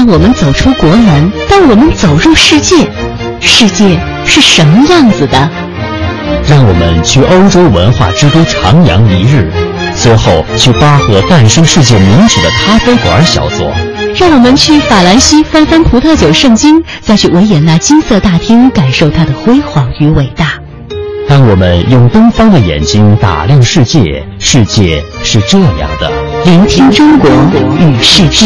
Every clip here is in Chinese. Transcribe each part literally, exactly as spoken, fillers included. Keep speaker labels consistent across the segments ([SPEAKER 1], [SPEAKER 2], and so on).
[SPEAKER 1] 我们走出国门，当我们走入世界，世界是什么样子的？
[SPEAKER 2] 让我们去欧洲文化之都徜徉一日，最后去巴赫诞生世界名曲的咖啡馆小坐。
[SPEAKER 1] 让我们去法兰西翻翻葡萄酒圣经，再去维也纳金色大厅感受它的辉煌与伟大。
[SPEAKER 2] 当我们用东方的眼睛打量世界，世界是这样的。
[SPEAKER 1] 聆听中国与世界。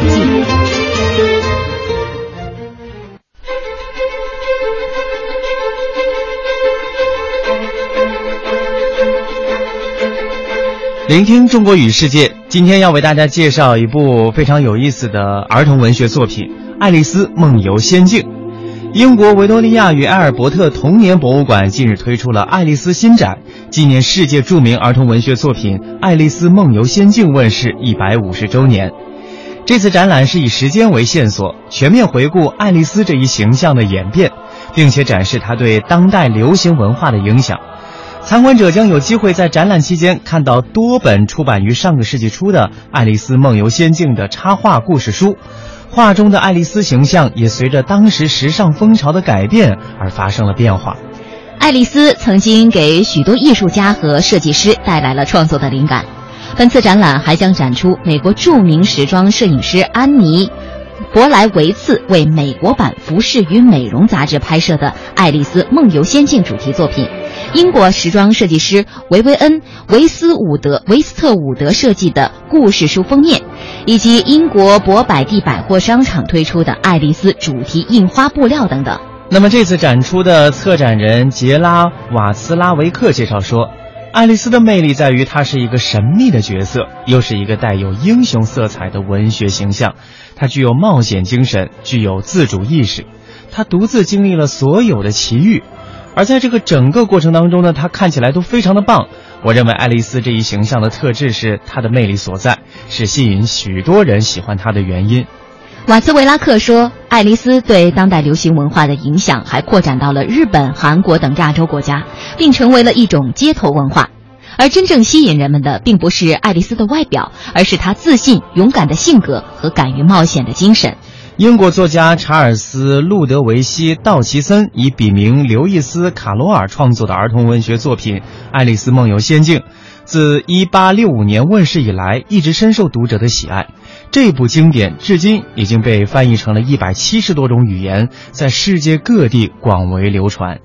[SPEAKER 3] 聆听中国与世界，今天要为大家介绍一部非常有意思的儿童文学作品《爱丽丝梦游仙境》。英国维多利亚与艾尔伯特童年博物馆近日推出了爱丽丝新展，纪念世界著名儿童文学作品《爱丽丝梦游仙境》问世一百五十周年。这次展览是以时间为线索，全面回顾爱丽丝这一形象的演变，并且展示她对当代流行文化的影响。参观者将有机会在展览期间看到多本出版于上个世纪初的《爱丽丝梦游仙境》的插画故事书，画中的爱丽丝形象也随着当时时尚风潮的改变而发生了变化。
[SPEAKER 4] 爱丽丝曾经给许多艺术家和设计师带来了创作的灵感。本次展览还将展出美国著名时装摄影师安妮·博莱维茨为美国版《服饰与美容》杂志拍摄的《爱丽丝梦游仙境》主题作品，英国时装设计师维维恩·维斯伍德维斯特伍德设计的故事书封面，以及英国博百蒂百货商场推出的爱丽丝主题印花布料等等。
[SPEAKER 3] 那么这次展出的策展人杰拉瓦茨拉维克介绍说，爱丽丝的魅力在于她是一个神秘的角色，又是一个带有英雄色彩的文学形象。她具有冒险精神，具有自主意识，她独自经历了所有的奇遇，而在这个整个过程当中呢，她看起来都非常的棒。我认为爱丽丝这一形象的特质是她的魅力所在，是吸引许多人喜欢她的原因。
[SPEAKER 4] 瓦兹维拉克说，爱丽丝对当代流行文化的影响还扩展到了日本、韩国等亚洲国家，并成为了一种街头文化。而真正吸引人们的并不是爱丽丝的外表，而是她自信、勇敢的性格和敢于冒险的精神。
[SPEAKER 3] 英国作家查尔斯·路德维希·道奇森以笔名刘易斯·卡罗尔创作的儿童文学作品《爱丽丝梦游仙境》，自一八六五年问世以来，一直深受读者的喜爱。这部经典至今已经被翻译成了一百七十多种语言，在世界各地广为流传。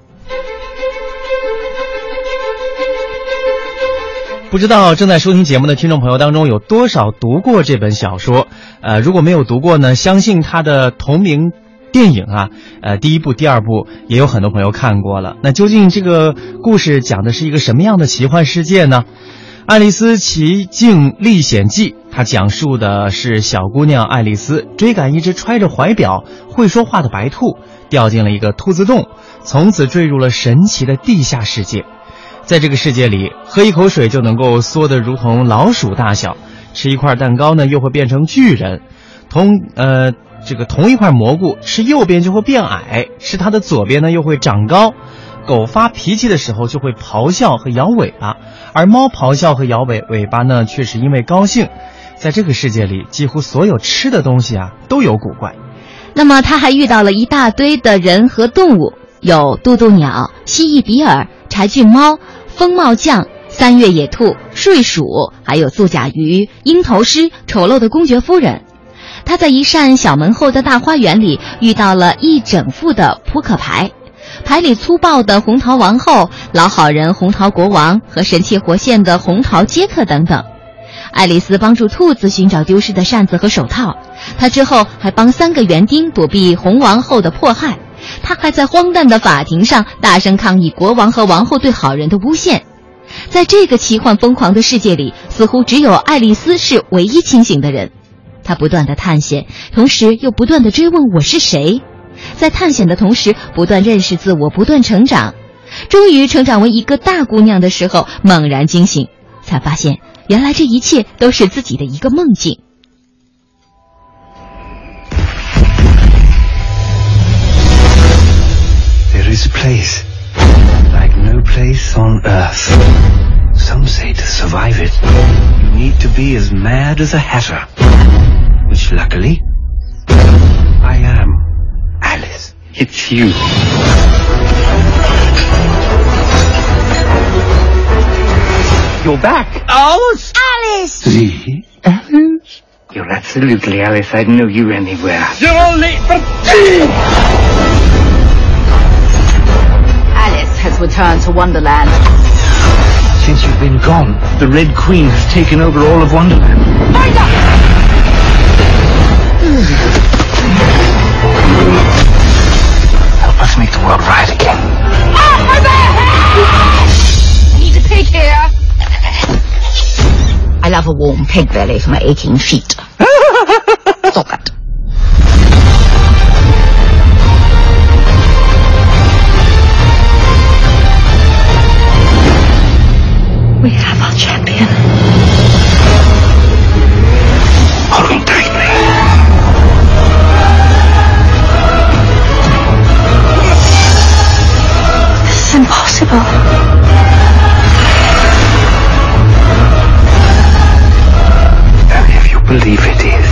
[SPEAKER 3] 不知道正在收听节目的听众朋友当中有多少读过这本小说？呃，如果没有读过呢，相信它的同名电影啊，呃，第一部、第二部也有很多朋友看过了。那究竟这个故事讲的是一个什么样的奇幻世界呢？《爱丽丝奇境历险记》，它讲述的是小姑娘爱丽丝追赶一只揣着怀表、会说话的白兔，掉进了一个兔子洞，从此坠入了神奇的地下世界。在这个世界里，喝一口水就能够缩得如同老鼠大小，吃一块蛋糕呢又会变成巨人，同呃这个同一块蘑菇吃右边就会变矮，吃它的左边呢又会长高。狗发脾气的时候就会咆哮和摇尾巴，而猫咆哮和摇尾尾巴呢却是因为高兴。在这个世界里，几乎所有吃的东西啊都有古怪。
[SPEAKER 4] 那么他还遇到了一大堆的人和动物，有渡渡鸟、蜥蜴比尔、柴郡猫、风帽匠、三月野兔、睡鼠，还有素甲鱼、鹰头狮、丑陋的公爵夫人。他在一扇小门后的大花园里遇到了一整副的扑克牌，牌里粗暴的红桃王后、老好人红桃国王和神气活现的红桃杰克等等。爱丽丝帮助兔子寻找丢失的扇子和手套，她之后还帮三个园丁躲避红王后的迫害。她还在荒诞的法庭上大声抗议国王和王后对好人的诬陷。在这个奇幻疯狂的世界里，似乎只有爱丽丝是唯一清醒的人。她不断地探险，同时又不断地追问我是谁。在探险的同时，不断认识自我，不断成长。终于成长为一个大姑娘的时候，猛然惊醒，才发现原来这一切都是自己的一个梦境。
[SPEAKER 5] There is a place like no place on earth. Some say to survive it, you need to be as mad as a hatter, which luckily It's you. You're back.
[SPEAKER 3] Alice!
[SPEAKER 4] Alice!
[SPEAKER 5] The Alice? You're absolutely Alice. I'd know you anywhere.
[SPEAKER 3] You're all late for tea!
[SPEAKER 6] Alice has returned to Wonderland.
[SPEAKER 5] Since you've been gone, the Red Queen has taken over all of Wonderland.
[SPEAKER 6] Find her!
[SPEAKER 5] Help us make the world right again.
[SPEAKER 6] Oh, my bad! I need a pig here. I love a warm pig belly for my aching feet. Stop that.
[SPEAKER 4] We have our champion.
[SPEAKER 5] Hold him tightly.
[SPEAKER 4] This is impossible.
[SPEAKER 5] If you believe it is.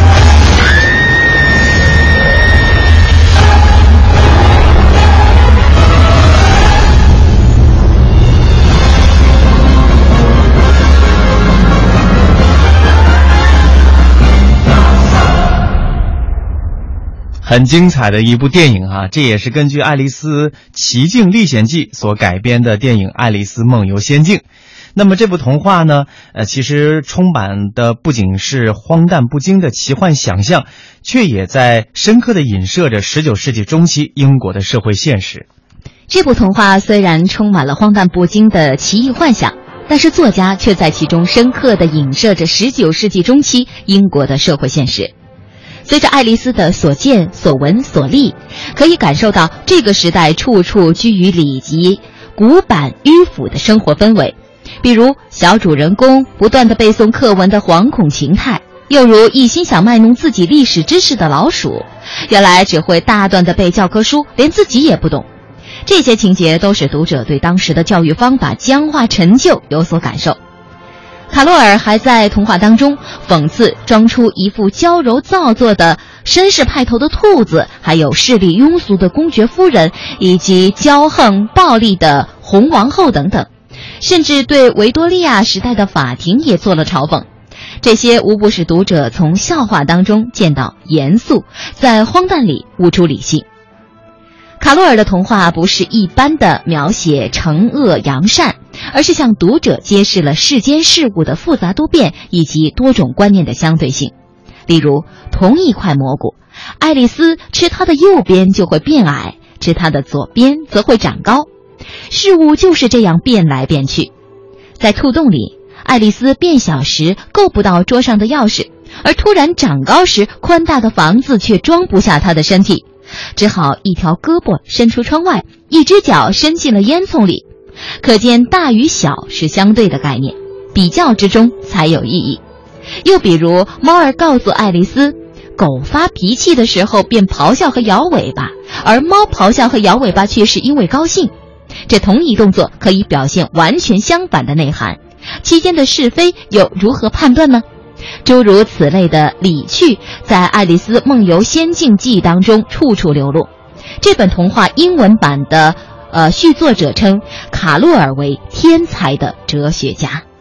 [SPEAKER 3] 很精彩的一部电影啊，这也是根据《爱丽丝奇境历险记》所改编的电影《爱丽丝梦游仙境》。那么这部童话呢，呃，其实充满的不仅是荒诞不经的奇幻想象，却也在深刻地影射着十九世纪中期英国的社会现实。
[SPEAKER 4] 这部童话虽然充满了荒诞不经的奇异幻想，但是作家却在其中深刻地影射着十九世纪中期英国的社会现实。随着爱丽丝的所见所闻所历，可以感受到这个时代处处居于礼仪、古板迂腐的生活氛围，比如小主人公不断地背诵课文的惶恐情态，又如一心想卖弄自己历史知识的老鼠，原来只会大段地背教科书，连自己也不懂。这些情节都使读者对当时的教育方法僵化陈旧有所感受。卡洛尔还在童话当中讽刺装出一副娇柔造作的绅士派头的兔子，还有势力庸俗的公爵夫人，以及骄横暴力的红王后等等，甚至对维多利亚时代的法庭也做了嘲讽。这些无不使读者从笑话当中见到严肃，在荒诞里悟出理性。卡洛尔的童话不是一般的描写惩恶扬善，而是向读者揭示了世间事物的复杂多变以及多种观念的相对性。例如，同一块蘑菇，爱丽丝吃它的右边就会变矮，吃它的左边则会长高。事物就是这样变来变去。在兔洞里，爱丽丝变小时够不到桌上的钥匙，而突然长高时，宽大的房子却装不下她的身体，只好一条胳膊伸出窗外，一只脚伸进了烟囱里。可见大与小是相对的概念，比较之中才有意义。又比如，猫儿告诉爱丽丝，狗发脾气的时候便咆哮和摇尾巴，而猫咆哮和摇尾巴却是因为高兴。这同一动作可以表现完全相反的内涵，其间的是非又如何判断呢？诸如此类的理趣，在《爱丽丝梦游仙境记》当中处处流露。这本童话英文版的呃续作者称卡洛尔为天才的哲学家。